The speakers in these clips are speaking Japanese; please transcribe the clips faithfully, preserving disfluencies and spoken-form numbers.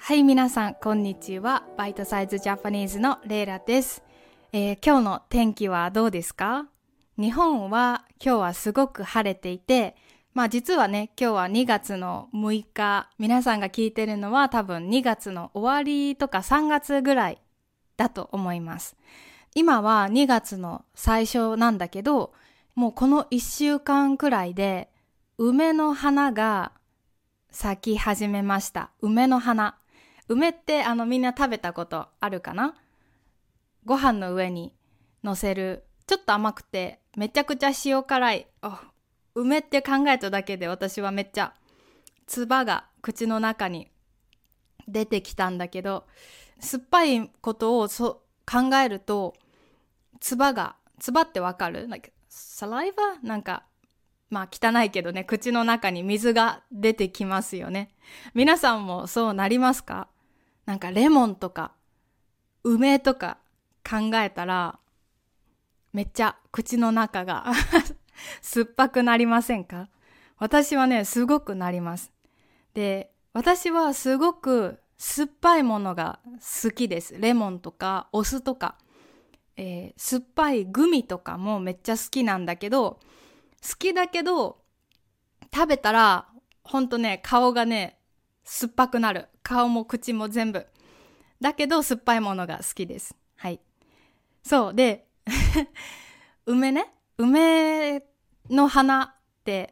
はい、皆さんこんにちは。バイトサイズジャパニーズのレイラです、えー、今日の天気はどうですか？日本は今日はすごく晴れていて、まあ実はね、今日はにがつのむいか、皆さんが聞いてるのは多分にがつの終わりとかさんがつぐらいだと思います。今はにがつの最初なんだけど、もうこのいっしゅうかんくらいで梅の花が咲き始めました。梅の花。梅ってあのみんな食べたことあるかな？ご飯の上に乗せる、ちょっと甘くてめちゃくちゃ塩辛い。梅って考えただけで私はめっちゃ唾が口の中に出てきたんだけど、酸っぱいことをそ考えると唾が、唾ってわかる？ Like saliva？ なんかまあ汚いけどね、口の中に水が出てきますよね。皆さんもそうなりますか？なんかレモンとか梅とか考えたらめっちゃ口の中が酸っぱくなりませんか？私はね、すごくなります。で、私はすごく酸っぱいものが好きです。レモンとかお酢とか、えー、酸っぱいグミとかもめっちゃ好きなんだけど、好きだけど食べたらほんとね、顔がね酸っぱくなる。顔も口も全部。だけど酸っぱいものが好きです。はい。そうで梅ね、梅の花って、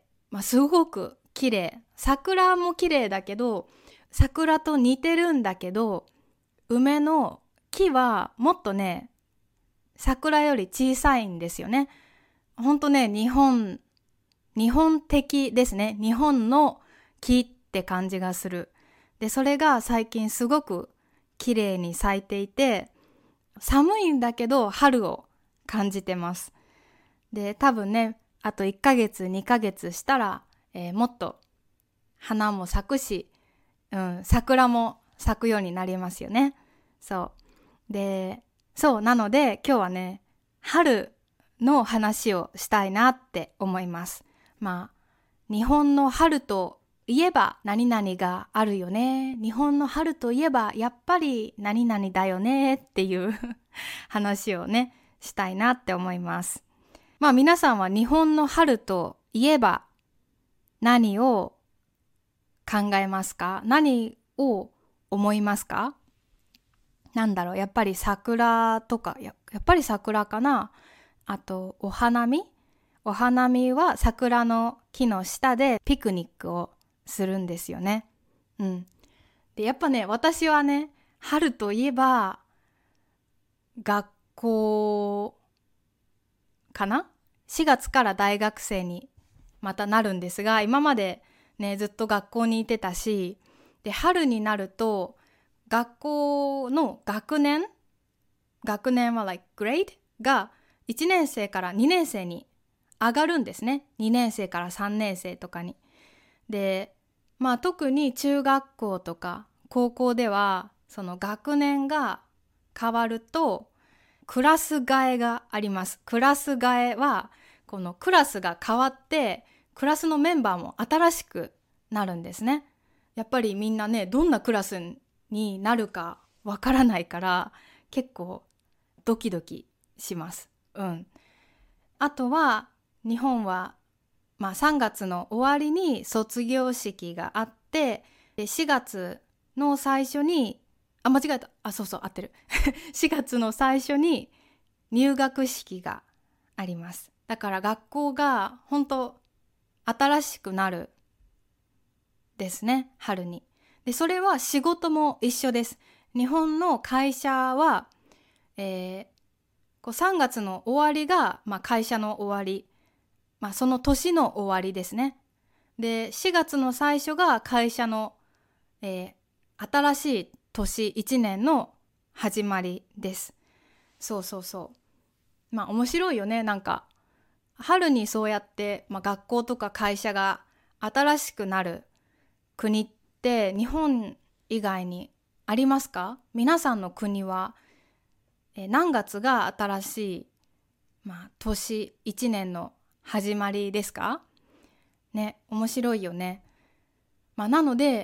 まあ、すごく綺麗。桜も綺麗だけど、桜と似てるんだけど、梅の木はもっとね、桜より小さいんですよね。ほんとね、日本日本的ですね。日本の木って感じがする。で、それが最近すごく綺麗に咲いていて、寒いんだけど春を感じてます。で、多分ね、あといっかげつ、にかげつしたら、えー、もっと花も咲くし、うん、桜も咲くようになりますよね。そう。で、そう、なので今日はね、春の話をしたいなって思います。まあ、日本の春といえば何々があるよね。日本の春といえばやっぱり何々だよねっていう話をね、したいなって思います。まあ皆さんは日本の春といえば何を考えますか？何を思いますか？なんだろう、やっぱり桜とか、や、やっぱり桜かな。あとお花見お花見は桜の木の下でピクニックをするんですよね。うん。で、やっぱね、私はね、春といえば学校かな？ し 月から大学生にまたなるんですが、今までね、ずっと学校にいてたし、で、春になると学校の学年学年は like grade がいちねん生からにねん生に上がるんですね。にねん生からさんねん生とかに。で、まあ特に中学校とか高校ではその学年が変わるとクラス替えがあります。クラス替えはこのクラスが変わってクラスのメンバーも新しくなるんですね。やっぱりみんなね、どんなクラスになるかわからないから結構ドキドキします。うん。あとは日本は、まあ、さんがつの終わりに卒業式があって、でしがつの最初に、あ、間違えた。あ、そうそう、合ってる。しがつの最初に入学式があります。だから学校が本当新しくなるですね、春に。で、それは仕事も一緒です。日本の会社は、えーこうさんがつの終わりが、まあ、会社の終わり。まあ、その年の終わりですね。で、しがつの最初が会社の、えー新しい年いちねんの始まりです。そうそうそう。まあ面白いよね。なんか春にそうやって、まあ、学校とか会社が新しくなる国って日本以外にありますか？皆さんの国は、えー何月が新しい、まあ、年いちねんの始まりですか？ね、面白いよね。まあ、なので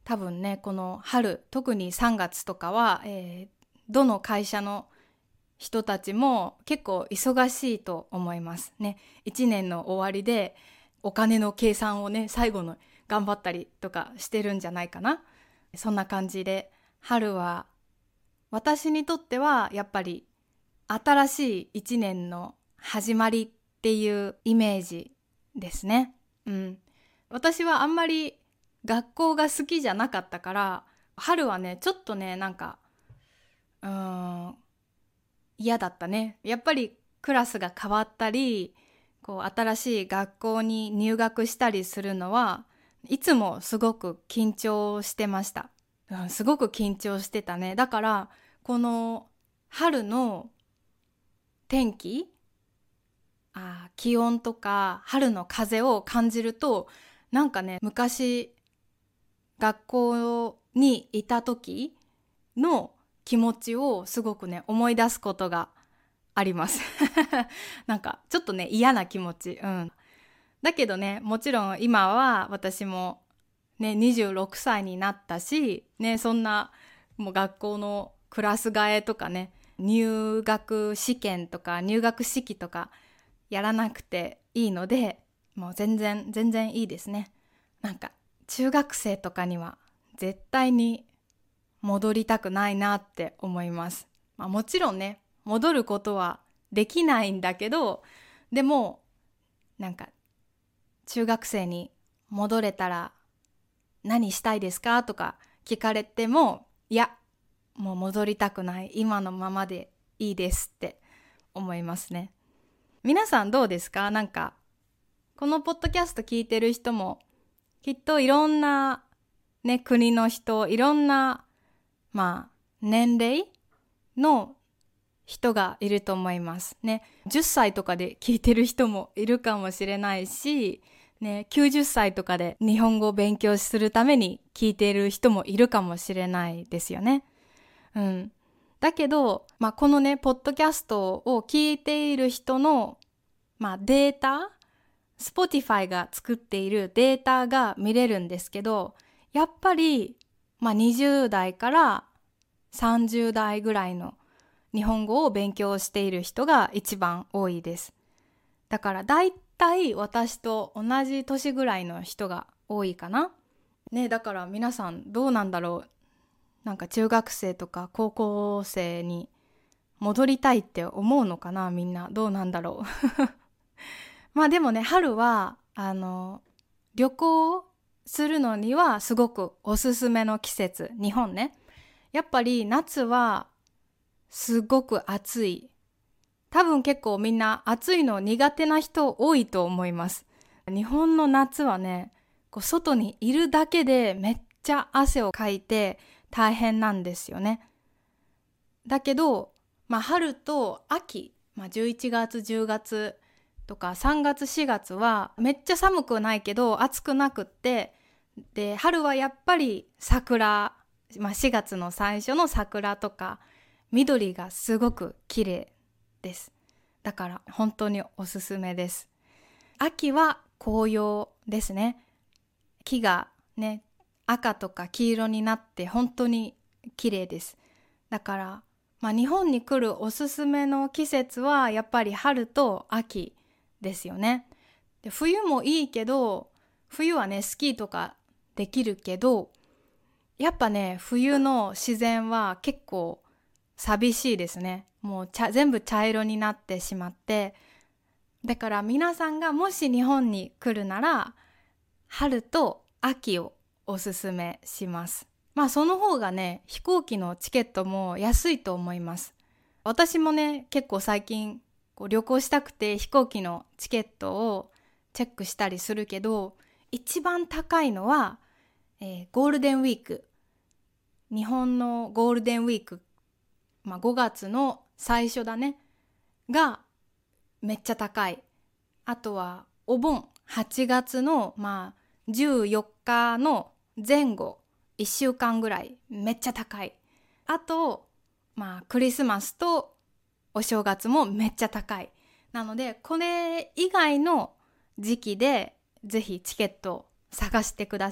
多分ね、この春、特にさんがつとかは、えー、どの会社の人たちも結構忙しいと思いますね。いちねんの終わりでお金の計算をね、最後の頑張ったりとかしてるんじゃないかな。そんな感じで、春は私にとってはやっぱり新しいいちねんの始まりっていうイメージですね。うん。私はあんまり学校が好きじゃなかったから、春はね、ちょっとね、なんか、うーん、嫌だったね。やっぱりクラスが変わったり、こう新しい学校に入学したりするのはいつもすごく緊張してました。うん、すごく緊張してたね。だからこの春の天気、あ、気温とか春の風を感じると、なんかね、昔学校にいた時の気持ちをすごくね思い出すことがありますなんかちょっとね嫌な気持ち、うん。だけどね、もちろん今は私もねにじゅうろくさいになったしね、そんなもう学校のクラス替えとかね、入学試験とか入学式とかやらなくていいので、もう全然全然いいですね。なんか中学生とかには絶対に戻りたくないなって思います。まあ、もちろんね、戻ることはできないんだけど、でもなんか中学生に戻れたら何したいですかとか聞かれても、いや、もう戻りたくない、今のままでいいですって思いますね。皆さんどうですか？なんかこのポッドキャスト聞いてる人もきっといろんなね、国の人、いろんなまあ年齢の人がいると思いますね。じゅっさいとかで聞いてる人もいるかもしれないし、ね、きゅうじゅっさいとかで日本語を勉強するために聞いている人もいるかもしれないですよね。うん。だけど、まあ、このね、ポッドキャストを聞いている人の、まあ、データ、Spotify が作っているデータが見れるんですけど、やっぱり、まあ、にじゅう代からさんじゅう代ぐらいの日本語を勉強している人が一番多いです。だからだいたい私と同じ年ぐらいの人が多いかな。ね、だから皆さんどうなんだろう。なんか中学生とか高校生に戻りたいって思うのかな、みんな。どうなんだろう。まあでもね、春はあの旅行するのにはすごくおすすめの季節。日本ね。やっぱり夏はすごく暑い。多分結構みんな暑いの苦手な人多いと思います。日本の夏はね、こう外にいるだけでめっちゃ汗をかいて大変なんですよね。だけど、まあ、春と秋、まあ、じゅういちがつじゅうがつとかさんがつしがつはめっちゃ寒くないけど暑くなくって、で春はやっぱり桜、まあ、しがつの最初の桜とか緑がすごく綺麗です。だから本当におすすめです。秋は紅葉ですね。木がね、赤とか黄色になって本当に綺麗です。だから、まあ、日本に来るおすすめの季節はやっぱり春と秋ですよね。で、冬もいいけど、冬はねスキーとかできるけど、やっぱね冬の自然は結構寂しいですね。もう茶全部茶色になってしまって、だから皆さんがもし日本に来るなら春と秋をおすすめします。まあその方がね、飛行機のチケットも安いと思います。私もね結構最近こう旅行したくて飛行機のチケットをチェックしたりするけど、一番高いのは、えーゴールデンウィーク、日本のゴールデンウィーク、まあ、ごがつの最初だねがめっちゃ高い。あとはお盆はちがつのまあじゅうよっかの前後いっしゅうかんぐらいめっちゃ高い。あとまあクリスマスとお正月もめっちゃ高い。なのでこれ以外の時期でぜひチケットを探してください。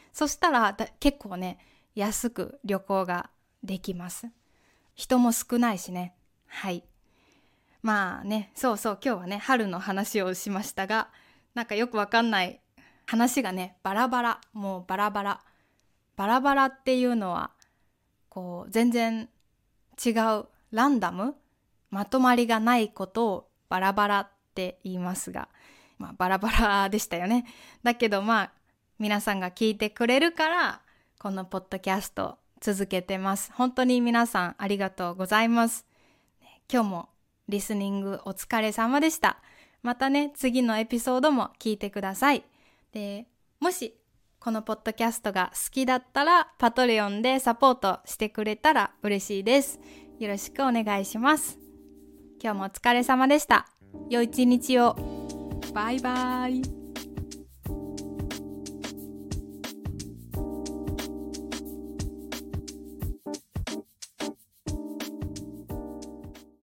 そしたらだ結構ね、安く旅行ができます。人も少ないしね。はい。まあね、そうそう、今日はね、春の話をしましたが、なんかよくわかんない話がね、バラバラ、もうバラバラ。バラバラっていうのは、こう、全然違う、ランダム、まとまりがないことをバラバラって言いますが、まあバラバラでしたよね。だけどまあ、皆さんが聞いてくれるから、このポッドキャスト続けてます。本当に皆さんありがとうございます。今日もリスニングお疲れ様でした。またね、次のエピソードも聞いてください。で、もしこのポッドキャストが好きだったら、パトレオンでサポートしてくれたら嬉しいです。よろしくお願いします。今日もお疲れ様でした。良い一日を。バイバイ。